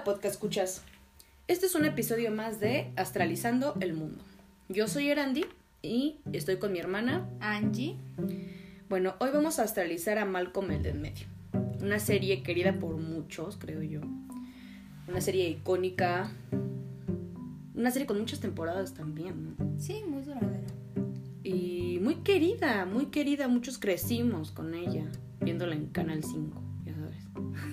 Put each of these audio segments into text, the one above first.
Hola, podcast escuchas. Este es un episodio más de Astralizando el Mundo. Yo soy Erandi y estoy con mi hermana Angie. Bueno, hoy vamos a astralizar a Malcolm el de en medio. Una serie querida por muchos, creo yo. Una serie icónica. Una serie con muchas temporadas también, ¿no? Sí, muy duradera. Y muy querida. Muchos crecimos con ella, viéndola en Canal 5, ya sabes.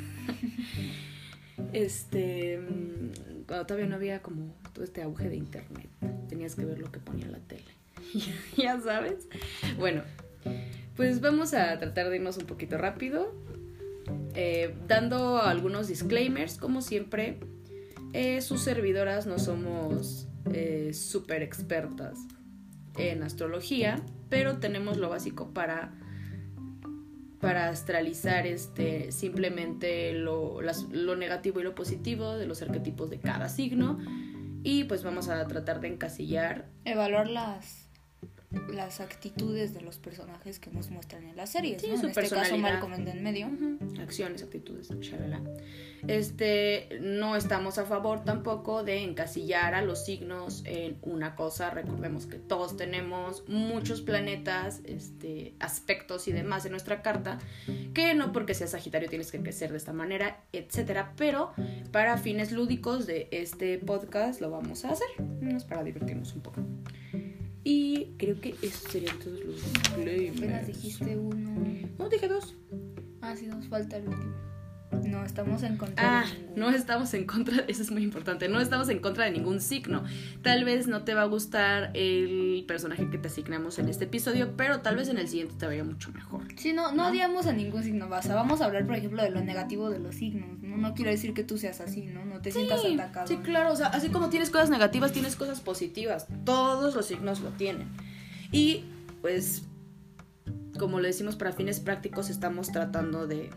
Cuando todavía no había como todo este auge de internet, tenías que ver lo que ponía en la tele. Ya sabes. Bueno, pues vamos a tratar de irnos un poquito rápido, dando algunos disclaimers. Como siempre, sus servidoras no somos súper expertas en astrología, pero tenemos lo básico para astralizar simplemente lo negativo y lo positivo de los arquetipos de cada signo. Y pues vamos a tratar de encasillar, evaluar las actitudes de los personajes que nos muestran en las series, sí, ¿no? su En este caso personalidad, Malcolm el de en medio. acciones, actitudes, shalala. No estamos a favor tampoco de encasillar a los signos en una cosa. Recordemos que todos tenemos muchos planetas, aspectos y demás en nuestra carta, que no porque seas Sagitario tienes que ser de esta manera, etcétera, pero para fines lúdicos de este podcast lo vamos a hacer, es para divertirnos un poco. Y creo que esos serían todos los disclaimers. Apenas dijiste uno. No, dije dos. Ah, sí, nos falta el último. No estamos en contra de ningún... No estamos en contra, eso es muy importante. No estamos en contra de ningún signo. Tal vez no te va a gustar el personaje que te asignamos en este episodio, pero tal vez en el siguiente te vaya mucho mejor. Sí, no odiamos a ningún signo. Vamos a hablar, por ejemplo, de lo negativo de los signos. No quiero decir que tú seas así, ¿no? No te sientas atacado. Sí, claro. O sea, así como tienes cosas negativas, tienes cosas positivas. Todos los signos lo tienen. Y pues, como le decimos, para fines prácticos estamos tratando de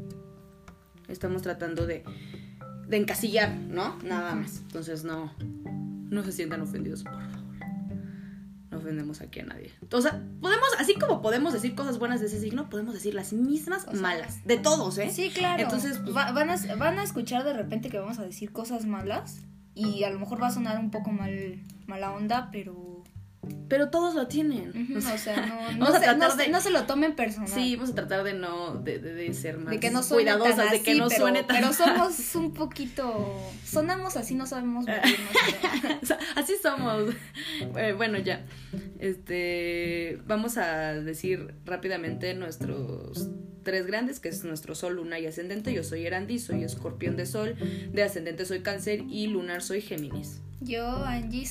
encasillar, ¿no? Nada más. Entonces no se sientan ofendidos, por favor. No ofendemos aquí a nadie. O sea, así como podemos decir cosas buenas de ese signo, podemos decir las mismas malas. De todos, ¿eh? Sí, claro. Entonces, pues, van a escuchar de repente que vamos a decir cosas malas y a lo mejor va a sonar un poco mala onda, pero todos lo tienen. O sea, no se lo tomen personal. Sí, vamos a tratar de ser más de que no cuidadosas, tan así, de que no suene tan... Pero somos un poquito... Sonamos así, no sabemos morirnos. O sea, así somos. Bueno, ya. Vamos a decir rápidamente nuestros tres grandes, que es nuestro Sol, Luna y Ascendente. Yo soy Erandi, soy Escorpión de Sol, de Ascendente soy Cáncer y lunar soy Géminis. Yo, Angie,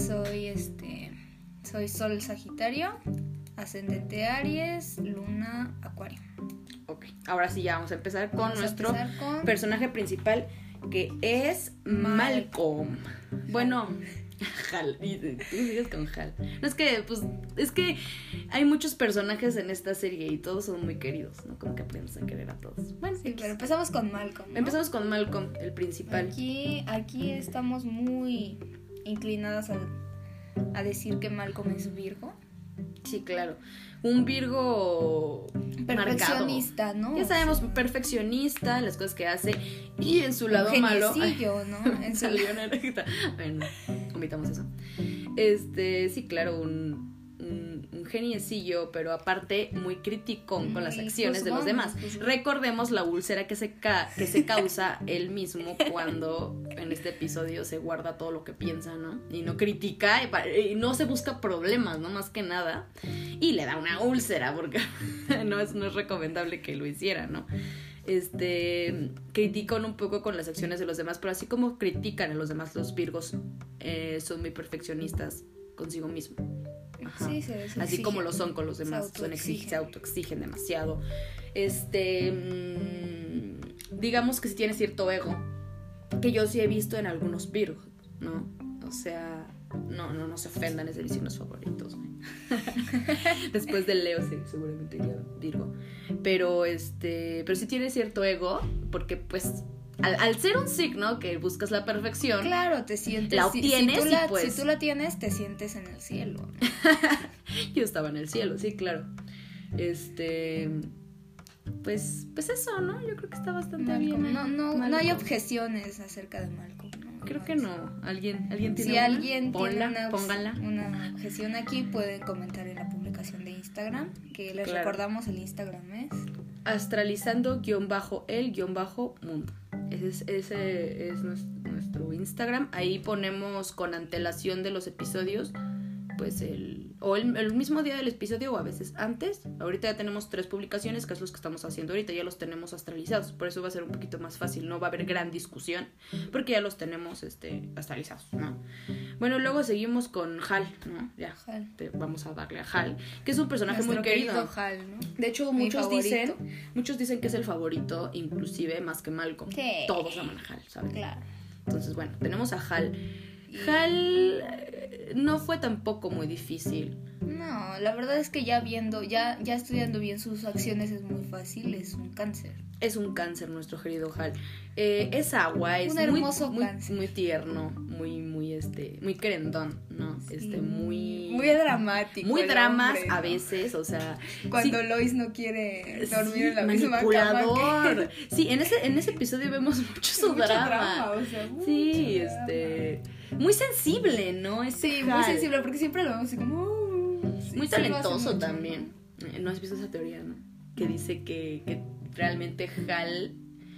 soy Sol Sagitario, Ascendente Aries, Luna Acuario. Ok, ahora sí ya vamos a empezar con nuestro personaje principal, que es Malcolm. Bueno, Hal, y tú sigues con Hal. No, es que hay muchos personajes en esta serie y todos son muy queridos, ¿no? Como que aprendemos a querer a todos. Bueno, sí, pero empezamos con Malcolm, ¿no? Empezamos con Malcolm, el principal. Aquí estamos muy inclinadas a decir que Malcolm es Virgo. Sí, claro. Un Virgo perfeccionista, marcado, ¿no? Ya sabemos, perfeccionista, las cosas que hace. Y en su lado malo, ¿no? En su bueno, omitamos eso. Sí, claro, un geniecillo, pero aparte muy crítico con las acciones de los demás. Recordemos la úlcera que se causa él mismo cuando en este episodio se guarda todo lo que piensa, ¿no? Y no critica y no se busca problemas, ¿no? Más que nada. Y le da una úlcera porque no es recomendable que lo hiciera, ¿no? Critican un poco con las acciones de los demás, pero así como critican a los demás, los Virgos son muy perfeccionistas consigo mismo. Ajá. Sí, así como lo son con los demás, se autoexigen demasiado. Digamos que sí tiene cierto ego, que yo sí he visto en algunos Virgos, ¿no? O sea, no se ofendan, es de mis signos favoritos, ¿no? Después del Leo seguramente iría Virgo, pero sí tiene cierto ego, porque pues al ser un signo que buscas la perfección, claro, te sientes, la obtienes, si tú la tienes, te sientes en el cielo, ¿no? Yo estaba en el cielo, sí, claro. pues eso, ¿no? Yo creo que está bastante Malcolm. bien. No hay objeciones acerca de Malcolm. Creo que no. ¿Alguien tiene si una? alguien tiene Pónganla. una objeción aquí, pueden comentar en la publicación de Instagram, que les recordamos el Instagram es astralizando_el_mundo. Ese es nuestro Instagram. Ahí ponemos con antelación de los episodios, pues el mismo día del episodio o a veces antes. Ahorita ya tenemos 3 publicaciones, que es los que estamos haciendo ahorita, ya los tenemos astralizados, por eso va a ser un poquito más fácil, no va a haber gran discusión, porque ya los tenemos astralizados, ¿no? Bueno, luego seguimos con Hal, ¿no? Ya, Hal. Vamos a darle a Hal, que es un personaje Nuestro muy querido. Hal, ¿no? De hecho, Mi muchos favorito. dicen que es el favorito, inclusive más que Malcolm. Sí. Todos aman a Hal, ¿sabes? Claro. Entonces, bueno, tenemos a Hal. Hal no fue tampoco muy difícil. No, la verdad es que ya estudiando bien sus acciones es muy fácil, es un cáncer. Es un cáncer nuestro querido Hal. Es agua, es un hermoso muy cáncer. muy tierno, muy querendón, ¿no? Sí. Muy dramático. muy dramas hombre, a ¿no? veces, o sea, Cuando sí, Lois no quiere dormir sí, en la misma manipulador. cama que... Sí, en ese episodio vemos mucho su drama. o sea, Sí, mucho drama. muy sensible, ¿no? Sí, Hal. muy sensible, porque siempre lo vemos así como... sí, Muy sí lo hace talentoso mucho, también. ¿No has visto esa teoría, no? Que dice que realmente Hal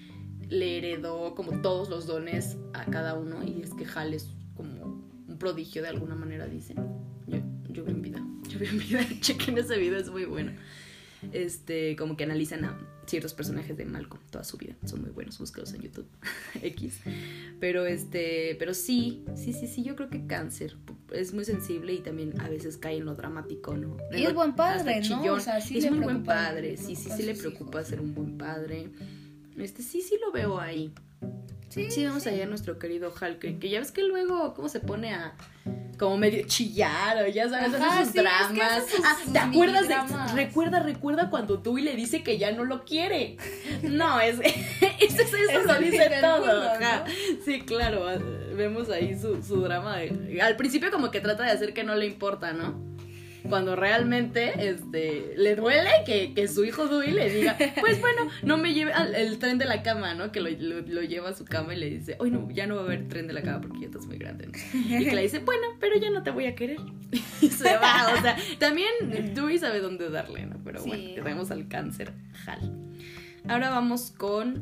le heredó como todos los dones a cada uno, y es que Hal es como un prodigio de alguna manera, dicen. Yo vi un video, chequen ese video, es muy bueno. Como que analizan a ciertos personajes de Malcolm toda su vida, son muy buenos, búscalos en YouTube. X. Pero sí, yo creo que cáncer es muy sensible y también a veces cae en lo dramático, ¿no? Y es buen padre, Hasta ¿no? chillón. O sea, sí es le muy buen preocupa padre, sí le preocupa ser un buen padre. Sí lo veo ahí. Sí, vamos allá a nuestro querido Hal, que ya ves que luego cómo se pone a como medio chillar, o ya sabes, Ajá, hace sus dramas. es que hace sus ¿te acuerdas mini-dramas? Recuerda cuando Dewey le dice que ya no lo quiere? No, eso lo el dice del todo. mundo, Ajá. ¿no? Sí, claro, vemos ahí su drama al principio como que trata de hacer que no le importa, ¿no? Cuando realmente le duele que su hijo Dewey le diga, pues bueno, no me lleve el tren de la cama, ¿no? Que lo lleva a su cama y le dice, hoy no, ya no va a haber tren de la cama porque ya estás muy grande, ¿no? Y que le dice, bueno, pero ya no te voy a querer. Y se va, o sea, también Dewey sabe dónde darle, ¿no? Pero bueno, tenemos al cáncer Hal. Ahora vamos con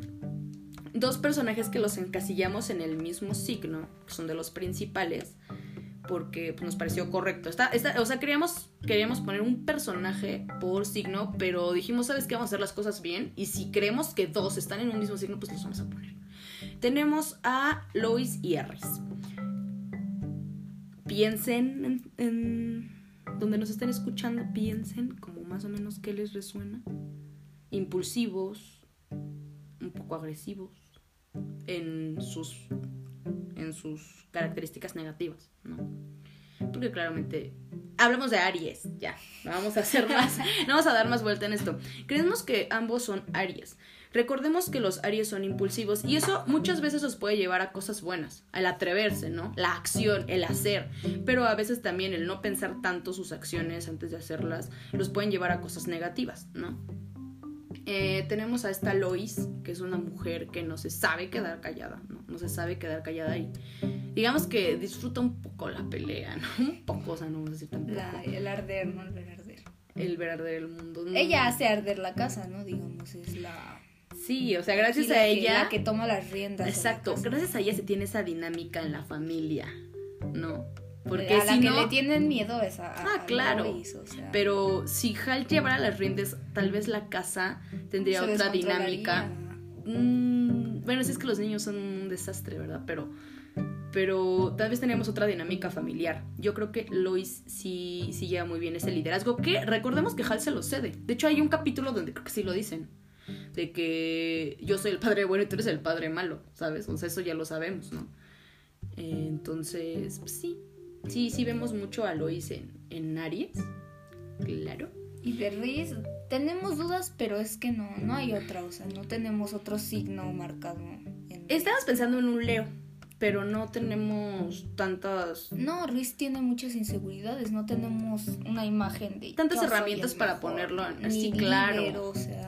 2 personajes que los encasillamos en el mismo signo, que son de los principales, porque pues, nos pareció correcto. O sea, queríamos poner un personaje por signo, pero dijimos, ¿sabes qué? Vamos a hacer las cosas bien, y si creemos que 2 están en un mismo signo, pues los vamos a poner. Tenemos a Lois y Harris. Piensen en donde nos estén escuchando, piensen como más o menos qué les resuena. Impulsivos, un poco agresivos en sus características negativas, ¿no? Porque claramente hablamos de Aries, ya, no vamos a dar más vuelta en esto. Creemos que ambos son Aries. Recordemos que los Aries son impulsivos, y eso muchas veces os puede llevar a cosas buenas, al atreverse, ¿no? La acción, el hacer, pero a veces también el no pensar tanto sus acciones antes de hacerlas los pueden llevar a cosas negativas, ¿no? Tenemos a esta Lois, que es una mujer que no se sabe quedar callada, no se sabe quedar callada, y digamos que disfruta un poco la pelea, ¿no? Un poco, o sea, no vamos a decir tampoco. El arder, ¿no? El ver arder. El ver arder el mundo. ¿No? Ella hace arder la casa, ¿no? Digamos, es la... Sí, o sea, gracias a ella... La que toma las riendas. Exacto, gracias a ella se tiene esa dinámica en la familia, ¿no? Porque a la si que no... le tienen miedo es a claro. Lois, o sea, pero si Hal llevara las riendas, tal vez la casa tendría se otra dinámica. descontrolaría. Bueno, si es que los niños son un desastre, ¿verdad? Pero tal vez teníamos otra dinámica familiar. Yo creo que Lois sí lleva muy bien ese liderazgo, que recordemos que Hal se lo cede. De hecho, hay un capítulo donde creo que sí lo dicen, de que yo soy el padre bueno y tú eres el padre malo, ¿sabes? O sea, eso ya lo sabemos, ¿no? Entonces, pues sí vemos mucho a Lois en Aries, claro. Y de Riz tenemos dudas, pero es que no hay otra, o sea, no tenemos otro signo marcado. Estamos pensando en un Leo, pero no tenemos tantas... No, Riz tiene muchas inseguridades, no tenemos una imagen de... Tantas herramientas para ponerlo ni así, claro. líder, o sea...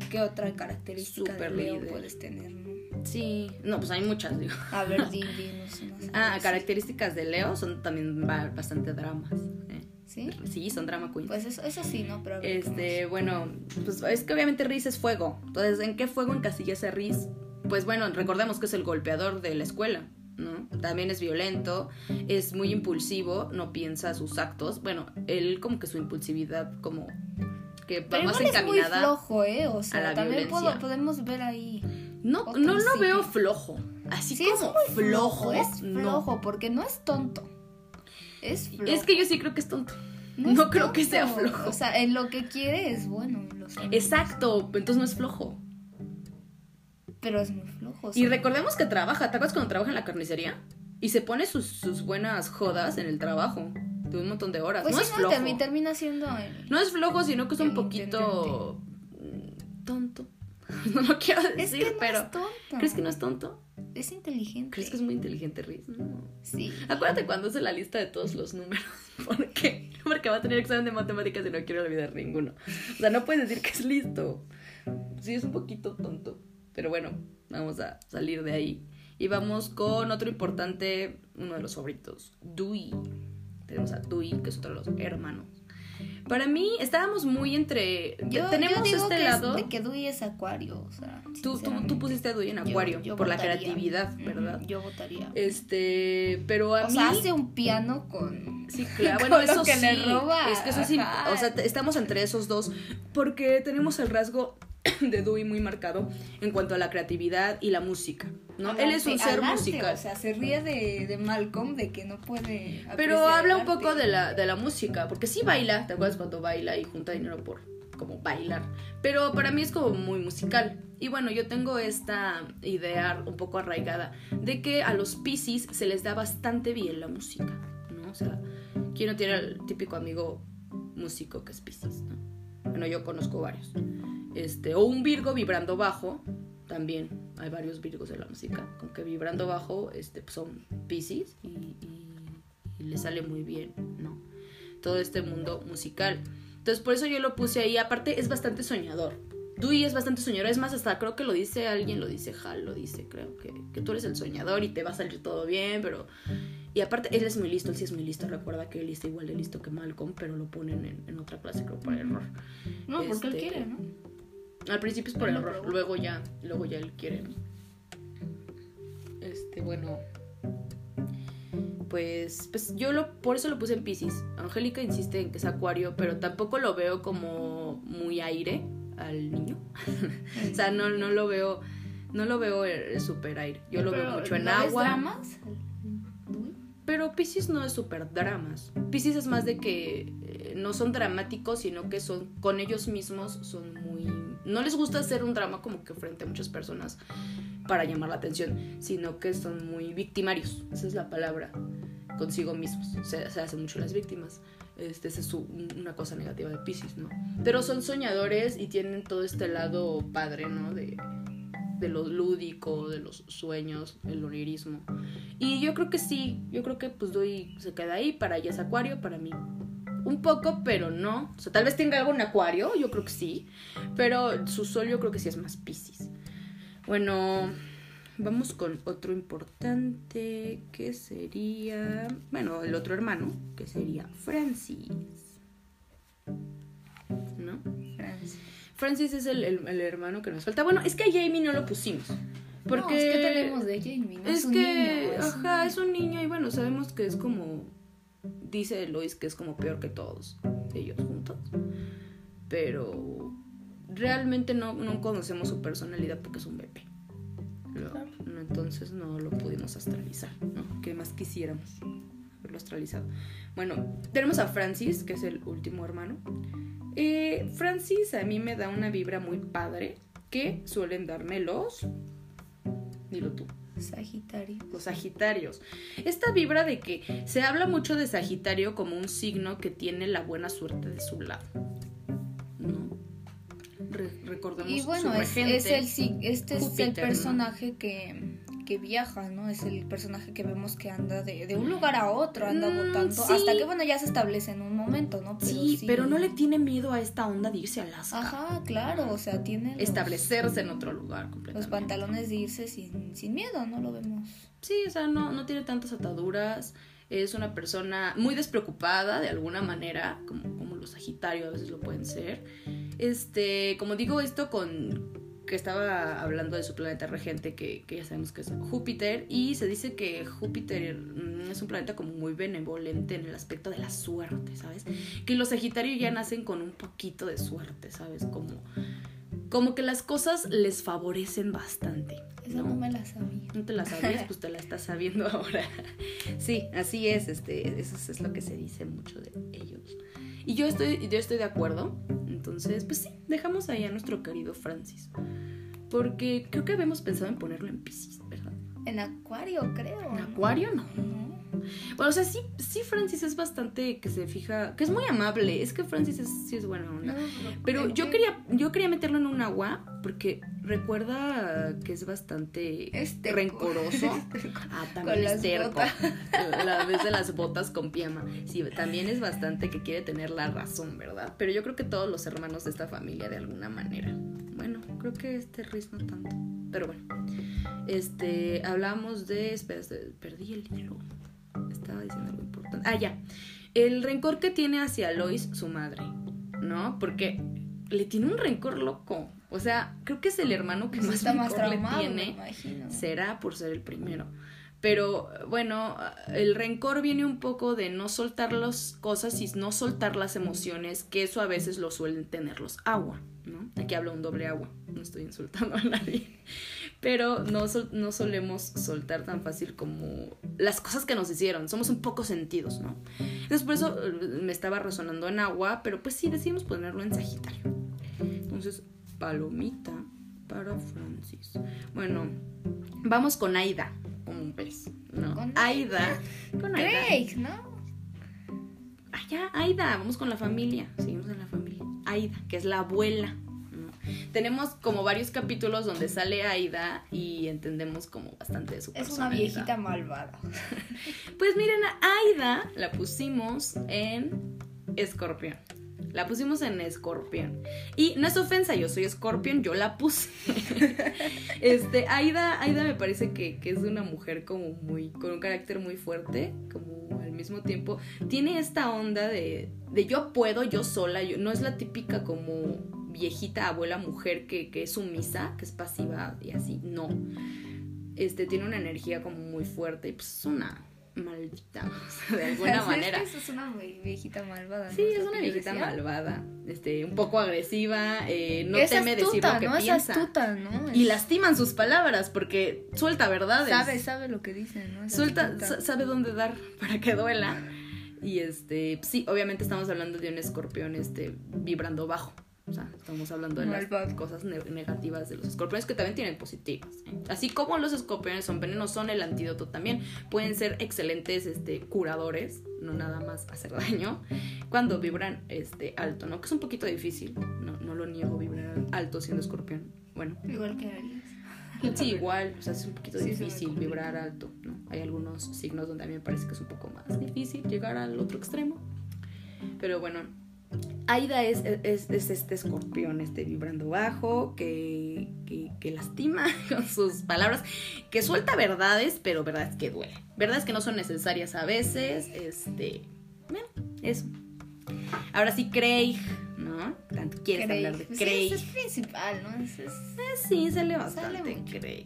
¿qué otra característica Súper de Leo líder. puedes tener, no? Sí, no, pues hay muchas, digo. A ver, dinos unas. Características de Leo son también bastante dramas. ¿Sí? Sí, son drama queens. Pues eso sí, ¿no? Pero a ver, ¿qué más? Bueno, pues es que obviamente Riz es fuego. Entonces, ¿en qué fuego encasilla a Riz? Pues bueno, recordemos que es el golpeador de la escuela, ¿no? También es violento, es muy impulsivo, no piensa sus actos. Bueno, él como que su impulsividad como que va Pero más igual es muy encaminada flojo, o sea, a la también violencia. podemos ver ahí. No otro lo sí veo que- flojo. Así Sí, como es muy flojo, es no. flojo, porque no es tonto. Es flojo. Es que yo sí creo que es tonto. es No creo que tonto. sea flojo. O sea, en lo que quiere es bueno. Lo sabe. Exacto, entonces no es flojo. Pero es muy flojo. o Y sea, recordemos que trabaja, ¿te acuerdas cuando trabaja en la carnicería? Y se pone sus buenas jodas en el trabajo, de un montón de horas. pues No sí, es flojo. termina siendo No es flojo, sino que es un el poquito tonto. No lo quiero decir, Es que no pero es tonto. ¿crees que no es tonto? Es inteligente. ¿Crees que es muy inteligente, Riz? No. Sí. Acuérdate cuando hace la lista de todos los números. ¿Por qué? Porque va a tener examen de matemáticas y no quiere olvidar ninguno. O sea, no puedes decir que es listo. Sí, es un poquito tonto. Pero bueno, vamos a salir de ahí. Y vamos con otro importante, uno de los favoritos, Dewey. Tenemos a Dewey, que es otro de los hermanos. Para mí, estábamos muy entre... tenemos yo digo este que lado... de que Dewey es acuario, o sea, Tú sinceramente. pusiste a Dewey en acuario, Yo por la votaría. creatividad, ¿verdad? Yo votaría. Pero a O mí... sea, hace un piano con... Sí, claro, con bueno, lo eso que sí. le roba. Es que eso sí, Ajá. o sea, estamos entre esos dos porque tenemos el rasgo de Dewey muy marcado en cuanto a la creatividad y la música, ¿no? Él es un ser musical. O sea, se ríe de Malcolm de que no puede Pero apreciar habla el un poco arte. de la música, porque sí baila, ¿te acuerdas cuando baila y junta dinero por como bailar? Pero para mí es como muy musical. Y bueno, yo tengo esta idea un poco arraigada de que a los Piscis se les da bastante bien la música, ¿no? O sea, ¿quién no tiene el típico amigo músico que es Piscis, ¿no? Bueno, yo conozco varios. O un Virgo vibrando bajo, también hay varios Virgos en la música, con que vibrando bajo pues son Piscis y le sale muy bien, ¿no? Todo este mundo musical. Entonces por eso yo lo puse ahí. Aparte es bastante soñador. Dewey es bastante soñador. Es más, hasta creo que lo dice alguien, lo dice Hal, lo dice, creo que tú eres el soñador y te va a salir todo bien, pero... Y aparte él es muy listo, él sí es muy listo. Recuerda que él está igual de listo que Malcolm, pero lo ponen en otra clase, creo, por error. No, porque él quiere, ¿no? Al principio es por Él lo error, probó. luego ya él quiere. Bueno, pues yo por eso lo puse en Piscis. Angélica insiste en que es acuario, pero tampoco lo veo como muy aire al niño. O sea, no lo veo super aire. Yo lo veo mucho en ¿no ves agua. dramas? Pero Piscis no es super dramas. Piscis es más de que no son dramáticos, sino que son con ellos mismos, son muy... No les gusta hacer un drama como que frente a muchas personas para llamar la atención, sino que son muy victimarios. Esa es la palabra, consigo mismos. Se hacen mucho las víctimas. Esa es una cosa negativa de Piscis, ¿no? Pero son soñadores y tienen todo este lado padre, ¿no? De lo lúdico, de los sueños, el onirismo. Y yo creo que sí, pues Dewey se queda ahí, para ella es acuario, para mí un poco, pero no. O sea, tal vez tenga algo en acuario, yo creo que sí, pero su sol yo creo que sí es más Piscis. Bueno, vamos con otro importante, que sería, bueno, el otro hermano, que sería Francis, ¿no? Francis es el hermano que nos falta. Bueno, es que a Jamie no lo pusimos. Porque No, es que tenemos de Jamie, ¿no? Es un que, niño, es un niño y bueno, sabemos que es como, dice Lois que es como peor que todos ellos juntos. Pero realmente no conocemos su personalidad porque es un bebé. Entonces no lo pudimos astralizar, ¿no? ¿Qué más quisiéramos haberlo astralizado? Bueno, tenemos a Francis, que es el último hermano. Francis a mí me da una vibra muy padre que suelen darme dilo tú, Sagitario. los Sagitarios. Esta vibra de que se habla mucho de Sagitario como un signo que tiene la buena suerte de su lado, ¿no? Recordemos Y bueno, su regente, este es el Júpiter, personaje que viaja, ¿no? Es el personaje que vemos que anda de un lugar a otro, anda votando, sí. hasta que, bueno, ya se establece en un momento. momento, ¿no? Pero sí, pero no le tiene miedo a esta onda de irse a Alaska. Ajá, claro, o sea, tiene establecerse en otro lugar completamente. Los pantalones de irse sin miedo, ¿no? Lo vemos. Sí, o sea, no tiene tantas ataduras. Es una persona muy despreocupada de alguna manera, como los Sagitarios a veces lo pueden ser. Como digo esto que estaba hablando de su planeta regente, que ya sabemos que es Júpiter, y se dice que Júpiter es un planeta como muy benevolente en el aspecto de la suerte, ¿sabes? Que los Sagitarios ya nacen con un poquito de suerte, ¿sabes? Como que las cosas les favorecen bastante. Esa no me la sabía. ¿No te la sabías? Pues te la estás sabiendo ahora. Sí, así es, eso es lo que se dice mucho de ellos. Y yo estoy de acuerdo. Entonces, pues sí, dejamos ahí a nuestro querido Francis. Porque creo que habíamos pensado en ponerlo en Piscis, ¿verdad? En Acuario, creo. ¿En Acuario? No. Bueno, o sea, sí, Francis es bastante que se fija, que es muy amable. Es que Francis sí es buena onda. Pero yo quería meterlo en un agua porque recuerda que es bastante rencoroso. También es terco. La vez de las botas con pijama. Sí, también es bastante que quiere tener la razón, ¿verdad? Pero yo creo que todos los hermanos de esta familia de alguna manera. Bueno, creo que Riz no tanto. Pero bueno. Hablamos de... Espera, perdí el hilo. Estaba diciendo algo importante. Ya. El rencor que tiene hacia Lois, su madre, ¿no? Porque le tiene un rencor loco. O sea, creo que es el hermano que más rencor le tiene. Será por ser el primero. Pero bueno, el rencor viene un poco de no soltar las cosas y no soltar las emociones, que eso a veces lo suelen tener los agua, ¿no? Aquí hablo un doble agua, no estoy insultando a nadie. Pero no solemos soltar tan fácil como las cosas que nos hicieron. Somos un poco sentidos, ¿no? Entonces por eso me estaba resonando en agua, pero pues sí, decidimos ponerlo en Sagitario. Entonces, palomita para Francis. Bueno, vamos con Aida, como un pez, ¿no? Con Aida. Craig, ¿no? Ya, Aida, vamos con la familia. Seguimos en la familia. Aida, que es la abuela. Tenemos como varios capítulos donde sale Aida y entendemos como bastante de su personalidad. Es una viejita malvada. Pues miren, a Aida la pusimos en Escorpión. Y no es ofensa, yo soy Escorpión, yo la puse. Aida me parece que es una mujer como con un carácter muy fuerte, como al mismo tiempo tiene esta onda de yo puedo, yo sola, no es la típica como viejita abuela mujer que es sumisa, que es pasiva y así, no. Tiene una energía como muy fuerte y pues es una maldita, o sea, de alguna manera. Es que eso es una viejita malvada, ¿no? Sí, es una viejita malvada, un poco agresiva, no es teme astuta, decir lo que ¿no? piensa. Es astuta, ¿no? Y lastiman sus palabras porque suelta verdades. Sabe lo que dice, ¿no? Sabe dónde dar para que duela. Y sí, obviamente estamos hablando de un escorpión vibrando bajo. O sea, estamos hablando de las cosas negativas de los escorpiones, que también tienen positivas, ¿eh? Así como los escorpiones son venenos, son el antídoto también. Pueden ser excelentes curadores, no nada más hacer daño, cuando vibran alto, ¿no? Que es un poquito difícil, no lo niego, vibrar alto siendo escorpión. Bueno. Igual que Aries. Sí, igual, o sea, es un poquito difícil vibrar alto, ¿no? Hay algunos signos donde a mí me parece que es un poco más difícil llegar al otro extremo. Pero bueno, Aida es este escorpión, vibrando bajo, que lastima con sus palabras, que suelta verdades, pero verdades que duele, verdades que no son necesarias a veces, bueno, eso. Ahora sí, Craig, ¿no? Tanto quieres hablar de Craig. Sí, es principal, ¿no? Sí, sale bastante Craig.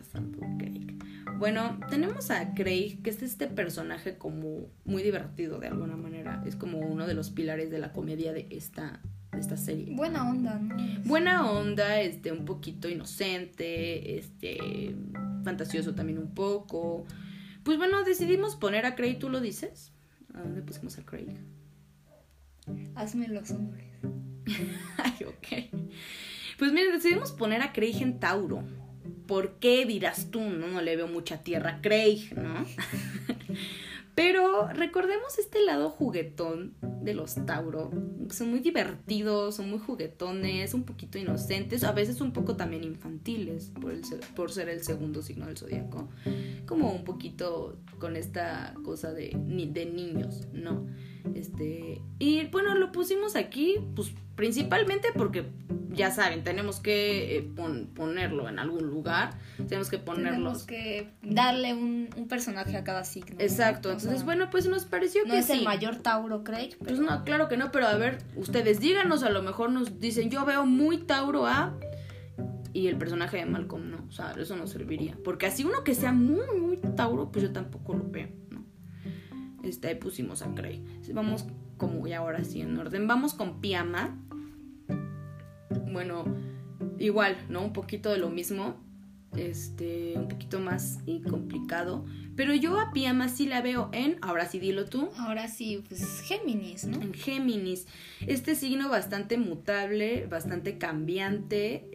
Bueno, tenemos a Craig, que es este personaje como muy divertido de alguna manera. Es como uno de los pilares de la comedia de esta serie. Buena onda, ¿no? Buena onda, un poquito inocente, fantasioso también un poco. Pues bueno, decidimos poner a Craig, ¿tú lo dices? ¿A dónde pusimos a Craig? Hazme los hombres. Ay, ok. Pues miren, decidimos poner a Craig en Tauro. ¿Por qué dirás tú? No le veo mucha tierra a Craig, ¿no? Pero recordemos este lado juguetón de los Tauro. Son muy divertidos, son muy juguetones, un poquito inocentes, a veces un poco también infantiles por ser el segundo signo del zodiaco. Como un poquito con esta cosa de niños, ¿no? Y bueno, lo pusimos aquí, pues principalmente porque ya saben, tenemos que ponerlo en algún lugar, tenemos que darle un personaje a cada signo. Exacto, ¿no? Entonces, bueno, pues nos pareció no que es sí. el mayor Tauro, Craig. Pero... Pues no, claro que no, pero a ver, ustedes díganos, a lo mejor nos dicen, yo veo muy Tauro a... Y el personaje de Malcolm no, o sea, eso no serviría. Porque así uno que sea muy, muy Tauro, pues yo tampoco lo veo, ¿no? Ahí pusimos a Craig. Vamos como ya ahora sí en orden. Vamos con Piama. Bueno, igual, ¿no? Un poquito de lo mismo. Un poquito más complicado. Pero yo a Piama sí la veo en... Ahora sí, dilo tú. Ahora sí, pues Géminis, ¿no? En Géminis. Este signo bastante mutable, bastante cambiante.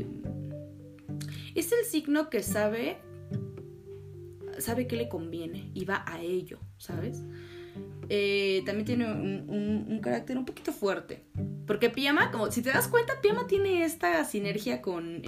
Es el signo que sabe qué le conviene y va a ello, ¿sabes? También tiene un carácter un poquito fuerte. Porque Piama, como si te das cuenta, Piama tiene esta sinergia con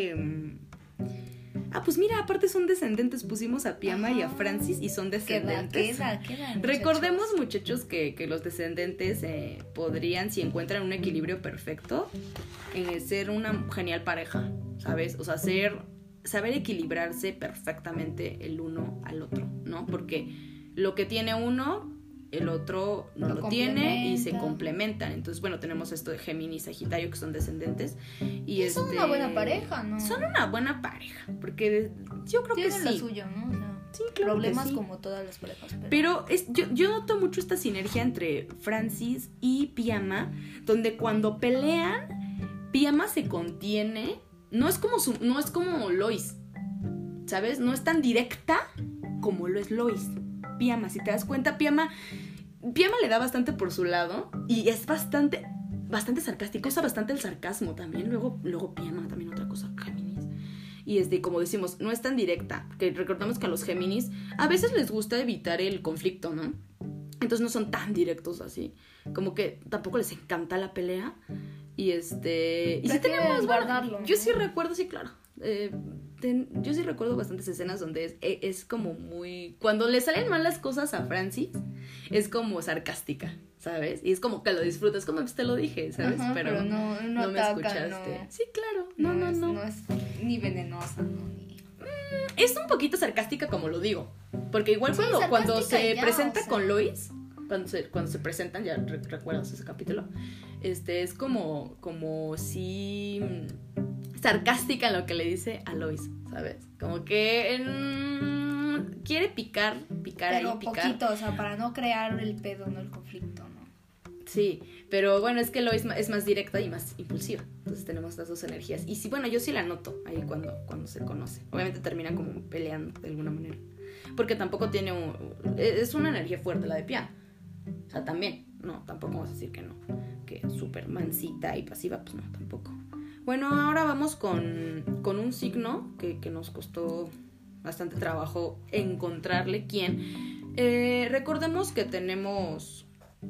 pues mira, aparte son descendentes. Pusimos a Piama y a Francis y son descendentes. Queda, Recordemos, muchachos, que los descendentes podrían, si encuentran un equilibrio perfecto, ser una genial pareja, ¿sabes? O sea, saber equilibrarse perfectamente el uno al otro, ¿no? Porque lo que tiene uno, el otro no lo tiene y se complementan. Entonces, bueno, tenemos esto de Géminis y Sagitario, que son descendentes. Y son una buena pareja, ¿no? Son una buena pareja, porque yo creo que sí. Tienen lo suyo, ¿no? O sea, sí, claro, problemas que sí. Como todas las parejas. Pero yo noto mucho esta sinergia entre Francis y Piama, donde cuando pelean, Piama se contiene. No es como Lois, ¿sabes? No es tan directa como lo es Lois. Piama, si te das cuenta, Piama le da bastante por su lado y es bastante sarcástico, usa bastante el sarcasmo también. Luego Piama, también otra cosa, Géminis. Y como decimos, no es tan directa, porque recordamos que a los Géminis a veces les gusta evitar el conflicto, ¿no? Entonces no son tan directos así, como que tampoco les encanta la pelea. Y sí tenemos guardarlo, ¿no? Yo sí recuerdo, sí, claro. Yo sí recuerdo bastantes escenas donde es como muy... Cuando le salen mal las cosas a Francis, es como sarcástica, ¿sabes? Y es como que lo disfrutas, como te lo dije, ¿sabes? Ajá, pero no me ataca, escuchaste. No. Sí, claro. No es ni venenosa, ¿no? Ni... Es un poquito sarcástica, como lo digo. Porque igual cuando se presenta con Lois... Cuando se presentan, ya recuerdas ese capítulo, es como si sarcástica en lo que le dice a Lois, ¿sabes? Como que quiere picar pero ahí, picar. Poquito, o sea, para no crear el pedo, no el conflicto, ¿no? Sí, pero bueno, es que Lois es más directa y más impulsiva. Entonces tenemos las dos energías. Y sí, bueno, yo sí la noto ahí cuando se conoce. Obviamente terminan como peleando de alguna manera. Porque tampoco tiene es una energía fuerte la de Piama. O sea, también, no, tampoco vamos a decir que no, que súper mansita y pasiva, pues no, tampoco. Bueno, ahora vamos con un signo que nos costó bastante trabajo encontrarle quién. Recordemos que tenemos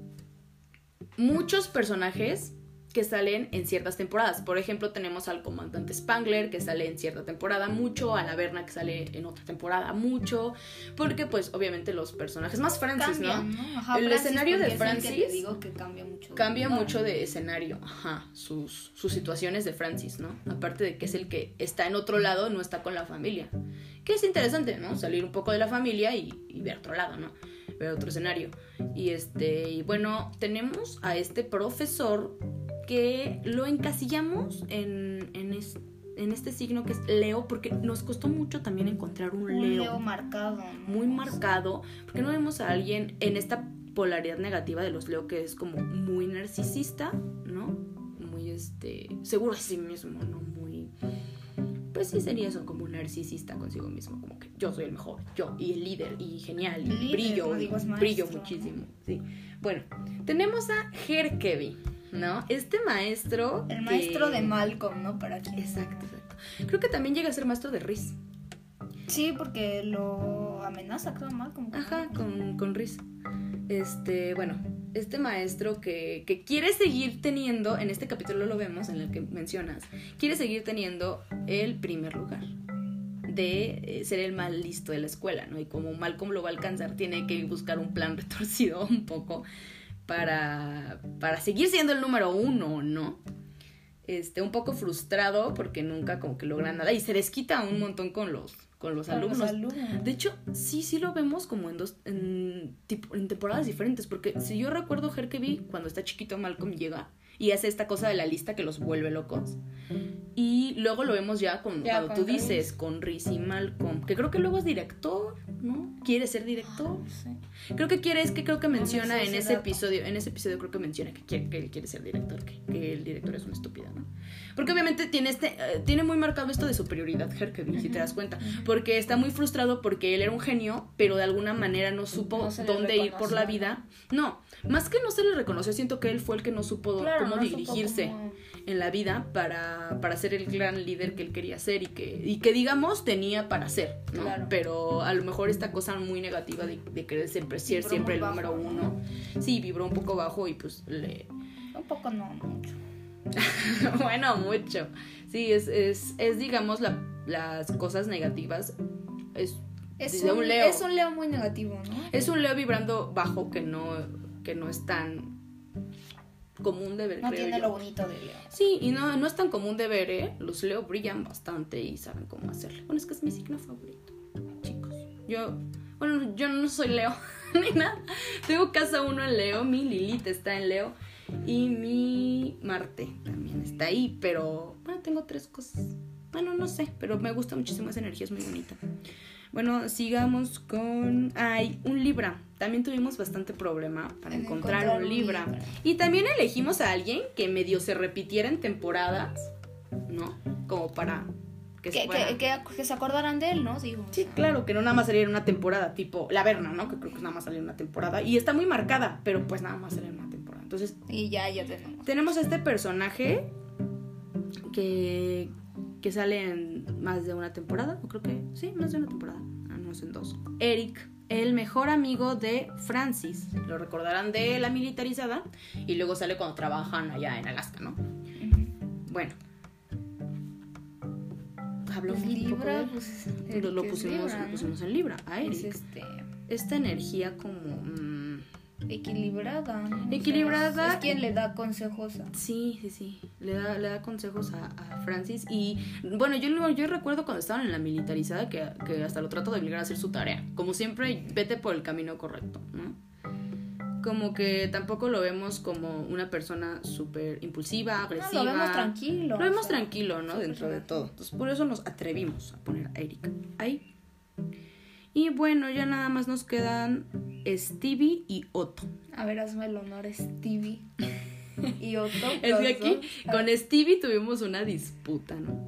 muchos personajes que salen en ciertas temporadas. Por ejemplo, tenemos al comandante Spangler, que sale en cierta temporada mucho, a la Berna, que sale en otra temporada mucho, porque pues obviamente los personajes más Francis, cambian, ¿no? Ajá, el Francis, escenario de es Francis el que te digo que cambia mucho. Cambia mucho de escenario, ajá, sus situaciones de Francis, ¿no? Aparte de que es el que está en otro lado, no está con la familia. Que es interesante, ¿no? Salir un poco de la familia y ver otro lado, ¿no? Ver otro escenario. Y bueno, tenemos a este profesor que lo encasillamos en este signo que es Leo, porque nos costó mucho también encontrar un Leo marcado, ¿no? Muy marcado, porque no vemos a alguien en esta polaridad negativa de los Leo, que es como muy narcisista, ¿no? Muy seguro de sí mismo, ¿no? Muy, pues sí sería eso, como un narcisista consigo mismo, como que yo soy el mejor, yo, y el líder, y genial, y brillo muchísimo, sí. Bueno, tenemos a Herkeby, ¿no? Este maestro... El maestro de Malcolm, ¿no? Para quien... Exacto. Creo que también llega a ser maestro de Rhys. Sí, porque amenaza, actúa mal como que Ajá, mal. con Riz. Bueno, este maestro que quiere seguir teniendo, en este capítulo lo vemos en el que mencionas, quiere seguir teniendo el primer lugar de ser el más listo de la escuela, ¿no? Y como Malcolm lo va a alcanzar, tiene que buscar un plan retorcido un poco para seguir siendo el número 1, ¿no? Un poco frustrado porque nunca como que logra nada y se desquita un montón con los alumnos. De hecho, sí lo vemos como en temporadas diferentes, porque si yo recuerdo Herkeby, cuando está chiquito Malcolm llega y hace esta cosa de la lista que los vuelve locos. Y luego lo vemos ya cuando tú dices, con Riz y Malcolm, que creo que luego es director, ¿no? ¿Quiere ser director? Sí. Creo que menciona en ese episodio creo que menciona que él quiere ser director, que el director es una estúpida, ¿no? Porque obviamente tiene muy marcado esto de superioridad Herkeby, si te das cuenta, porque está muy frustrado porque él era un genio, pero de alguna manera no supo dónde ir por la vida. No, más que no se le reconoció, siento que él fue el que no supo cómo dirigirse en la vida para ser el gran líder que él quería ser y que digamos tenía para ser, ¿no? Claro. Pero a lo mejor esta cosa muy negativa de querer ser siempre el número 1, sí, vibró un poco bajo y pues un poco, no mucho. bueno, mucho. Sí, es digamos las cosas negativas es un Leo. Es un Leo muy negativo, ¿no? Es un Leo vibrando bajo que no es tan común de ver. No tiene lo bonito de Leo. Sí, y no es tan común de ver, ¿eh? Los Leo brillan bastante y saben cómo hacerlo. Bueno, es que es mi signo favorito, chicos. Yo no soy Leo ni nada. Tengo casa 1 en Leo, mi Lilith está en Leo y mi Marte también está ahí, pero bueno, tengo 3 cosas. Bueno, no sé, pero me gusta muchísimo esa energía, es muy bonita. Bueno, sigamos con... un Libra. También tuvimos bastante problema para encontrar un Libra. Y también elegimos a alguien que medio se repitiera en temporadas, ¿no? Como para... Que se acordaran de él, ¿no? Digo. Sí, claro, que no nada más saliera en una temporada, tipo La Verna, ¿no? Que creo que nada más salió en una temporada. Y está muy marcada, pero pues nada más salió en una temporada. Entonces... Y ya tenemos. Tenemos a este personaje que sale en más de una temporada, o creo que sí, más de una temporada, no es en 2. Eric, el mejor amigo de Francis, lo recordarán de La Militarizada, y luego sale cuando trabajan allá en Alaska, ¿no? Bueno, hablamos un poco de él. Pues, lo pusimos en Libra, a Eric. Es esta energía como... equilibrada, ¿no? Equilibrada. Es quien le da consejos a... Sí. Le da consejos a Francis. Y bueno, yo recuerdo cuando estaban en La Militarizada que hasta lo trato de obligar a hacer su tarea. Como siempre, vete por el camino correcto, ¿no? Como que tampoco lo vemos como una persona súper impulsiva, agresiva. No, lo vemos tranquilo. Lo vemos tranquilo, ¿no? Dentro de todo. Entonces, por eso nos atrevimos a poner a Eric ahí. Y bueno, ya nada más nos quedan Stevie y Otto. A ver, hazme el honor, Stevie y Otto. Es que aquí con Stevie tuvimos una disputa, ¿no?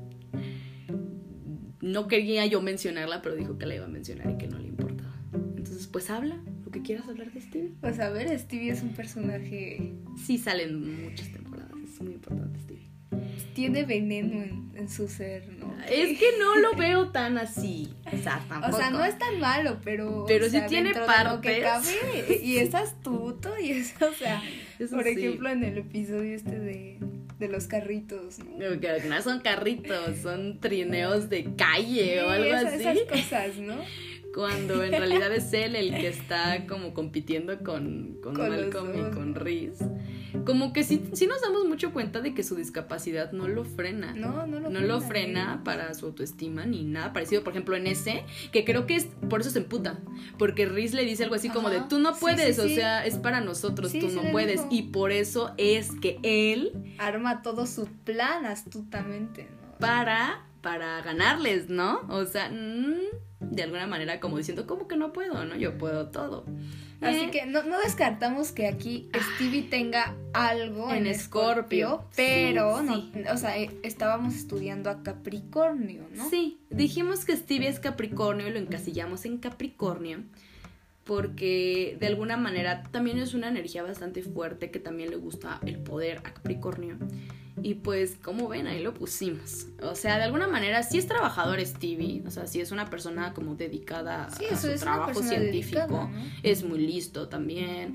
No quería yo mencionarla, pero dijo que la iba a mencionar y que no le importaba. Entonces, pues habla lo que quieras hablar de Stevie. Pues a ver, Stevie es un personaje... Sí, salen muchas temporadas, es muy importante Stevie. Tiene veneno en su ser, ¿no? Es que no lo veo tan así. O sea, tampoco. O sea, no es tan malo, pero sí tiene partes. Lo que cabe, y es astuto, y es, o sea, eso por sí. ejemplo, en el episodio de los carritos, ¿no? Que no son carritos, son trineos de calle o algo así. Esas cosas, ¿no? Cuando en realidad es él el que está como compitiendo con Malcolm y con Riz. Como que sí nos damos mucho cuenta de que su discapacidad no lo frena. No lo frena para su autoestima ni nada parecido. Por ejemplo, en ese, que creo que es por eso se emputa. Porque Riz le dice algo así como de tú no puedes, o sea, es para nosotros, tú no puedes. Y por eso es que él arma todo su plan astutamente, ¿no? Para ganarles, ¿no? O sea, de alguna manera como diciendo, ¿cómo que no puedo? No, yo puedo todo. Así que no descartamos que aquí Stevie tenga algo en Escorpio, pero sí. No, o sea, estábamos estudiando a Capricornio, ¿no? Sí, dijimos que Stevie es Capricornio y lo encasillamos en Capricornio porque de alguna manera también es una energía bastante fuerte que también le gusta el poder a Capricornio. Y pues, como ven, ahí lo pusimos. O sea, de alguna manera, sí es trabajador Stevie. O sea, sí es una persona como dedicada a su trabajo científico. Dedicada, ¿no? Es muy listo también.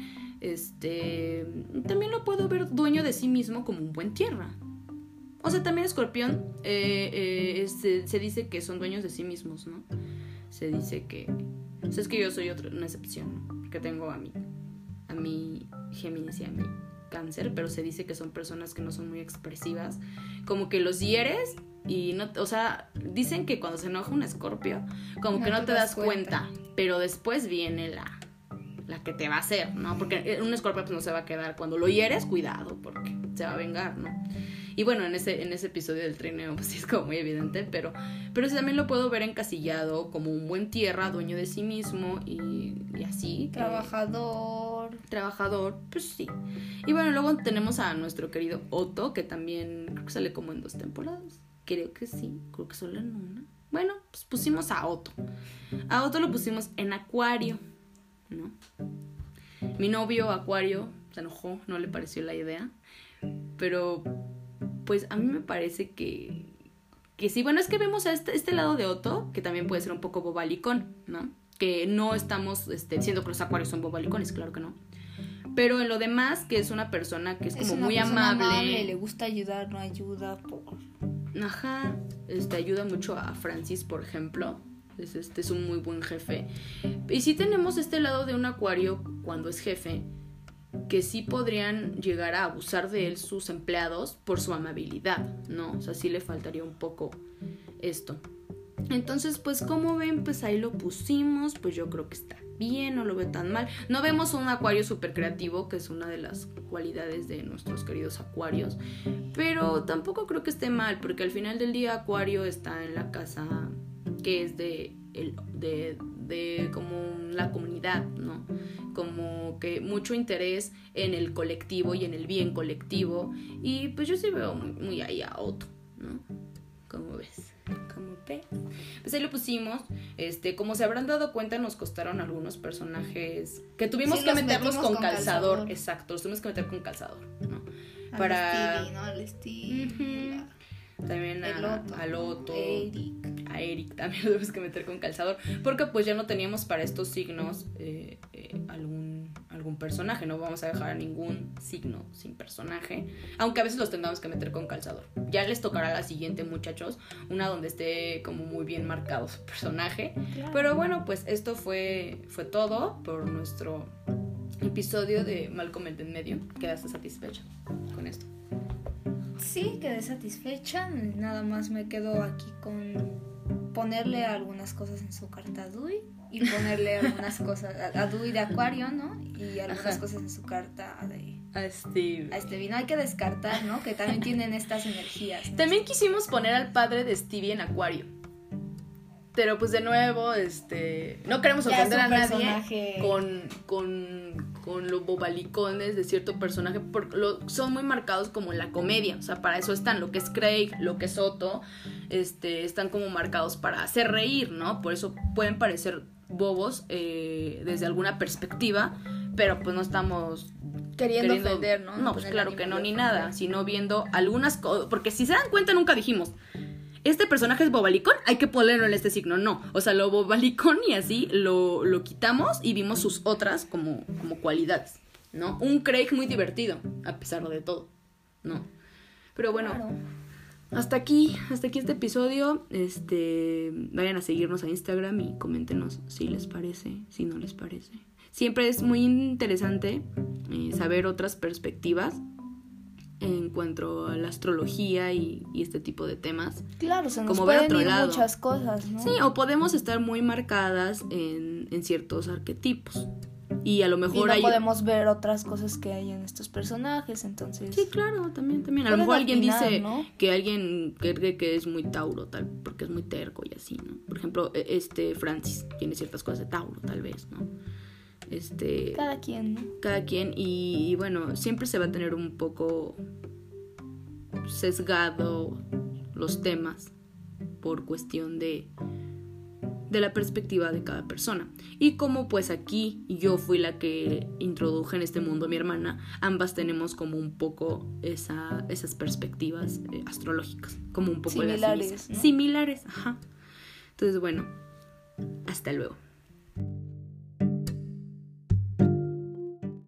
También lo puedo ver dueño de sí mismo como un buen tierra. O sea, también Escorpión se dice que son dueños de sí mismos, ¿no? Se dice que... O sea, es que yo soy una excepción, ¿no? Porque tengo a mi Géminis y a mi Cáncer, pero se dice que son personas que no son muy expresivas, como que los hieres y no, o sea, dicen que cuando se enoja un Escorpio, como que no te das cuenta, pero después viene la que te va a hacer, ¿no? Porque un Escorpio pues no se va a quedar, cuando lo hieres, cuidado, porque se va a vengar, ¿no? Y bueno, en ese episodio del trineo pues sí es como muy evidente, pero sí también lo puedo ver encasillado como un buen tierra, dueño de sí mismo y así. Trabajador, pues sí. Y bueno, luego tenemos a nuestro querido Otto, que también creo que sale como en 2 temporadas. Creo que sí, creo que solo en una. Bueno, pues pusimos a Otto. A Otto lo pusimos en Acuario, ¿no? Mi novio Acuario se enojó, no le pareció la idea, pero pues a mí me parece que sí. Bueno, es que vemos a este lado de Otto, que también puede ser un poco bobalicón, ¿no? Que no estamos diciendo que los Acuarios son bobalicones, claro que no. Pero en lo demás, que es una persona que es como muy amable, le gusta ayudar, no ayuda por... Ajá, ayuda mucho a Francis, por ejemplo. Es un muy buen jefe. Y sí tenemos este lado de un Acuario cuando es jefe, que sí podrían llegar a abusar de él sus empleados por su amabilidad, ¿no? O sea, sí le faltaría un poco esto. Entonces, pues como ven, pues ahí lo pusimos. Pues yo creo que está bien, no lo veo tan mal. No vemos un Acuario súper creativo, que es una de las cualidades de nuestros queridos Acuarios, pero tampoco creo que esté mal, porque al final del día Acuario está en la casa que es de como la comunidad, ¿no? Como que mucho interés en el colectivo y en el bien colectivo. Y pues yo sí veo muy ahí a Otto, ¿no? ¿Cómo ves? ¿Cómo ves? Pues ahí lo pusimos. Como se habrán dado cuenta, nos costaron algunos personajes que tuvimos que meterlos con calzador. Exacto, los tuvimos que meter con calzador, ¿no? Para Stevie, ¿no? Al Stevie. También al Otto, a Eric también lo tuvimos que meter con calzador, porque pues ya no teníamos para estos signos algún personaje. No vamos a dejar a ningún signo sin personaje, aunque a veces los tengamos que meter con calzador. Ya les tocará la siguiente, muchachos, una donde esté como muy bien marcado su personaje. Claro. Pero bueno, pues esto fue todo por nuestro episodio de Malcolm el de en medio. ¿Quedaste satisfecha con esto? Sí, quedé satisfecha. Nada más me quedo aquí con ponerle algunas cosas en su carta a Dewey y ponerle algunas cosas a Dewey de Acuario, ¿no? Y algunas cosas en su carta a Stevie. No hay que descartar, ¿no? Que también tienen estas energías, ¿no? También quisimos poner al padre de Stevie en Acuario. Pero pues de nuevo, no queremos ofender a nadie con los bobalicones de cierto personaje, porque son muy marcados como en la comedia. O sea, para eso están, lo que es Craig, lo que es Otto, están como marcados para hacer reír, ¿no? Por eso pueden parecer bobos desde alguna perspectiva, pero pues no estamos queriendo ofender, ¿no? No, pues claro que no, ni nada, sino viendo algunas cosas, porque si se dan cuenta nunca dijimos, este personaje es bobalicón, hay que ponerlo en este signo. No, o sea, lo bobalicón y así lo quitamos y vimos sus otras como cualidades, ¿no? Un Craig muy divertido, a pesar de todo, ¿no? Pero bueno, claro. Hasta aquí este episodio. Vayan a seguirnos a Instagram y coméntenos si les parece, si no les parece. Siempre es muy interesante saber otras perspectivas en cuanto a la astrología y este tipo de temas. Claro, se nos pueden ir muchas cosas, ¿no? Sí, o podemos estar muy marcadas en ciertos arquetipos. Y a lo mejor podemos ver otras cosas que hay en estos personajes, entonces... Sí, claro, también. A lo mejor alguien dice, ¿no?, que alguien cree que es muy Tauro, tal, porque es muy terco y así, ¿no? Por ejemplo, Francis tiene ciertas cosas de Tauro, tal vez, ¿no? Cada quien, ¿no? Cada quien, y bueno, siempre se va a tener un poco sesgado los temas por cuestión de de la perspectiva de cada persona. Y como pues aquí yo fui la que introduje en este mundo a mi hermana, ambas tenemos como un poco esas perspectivas astrológicas, como un poco similares, ¿no? similares, ajá. Entonces bueno, hasta luego.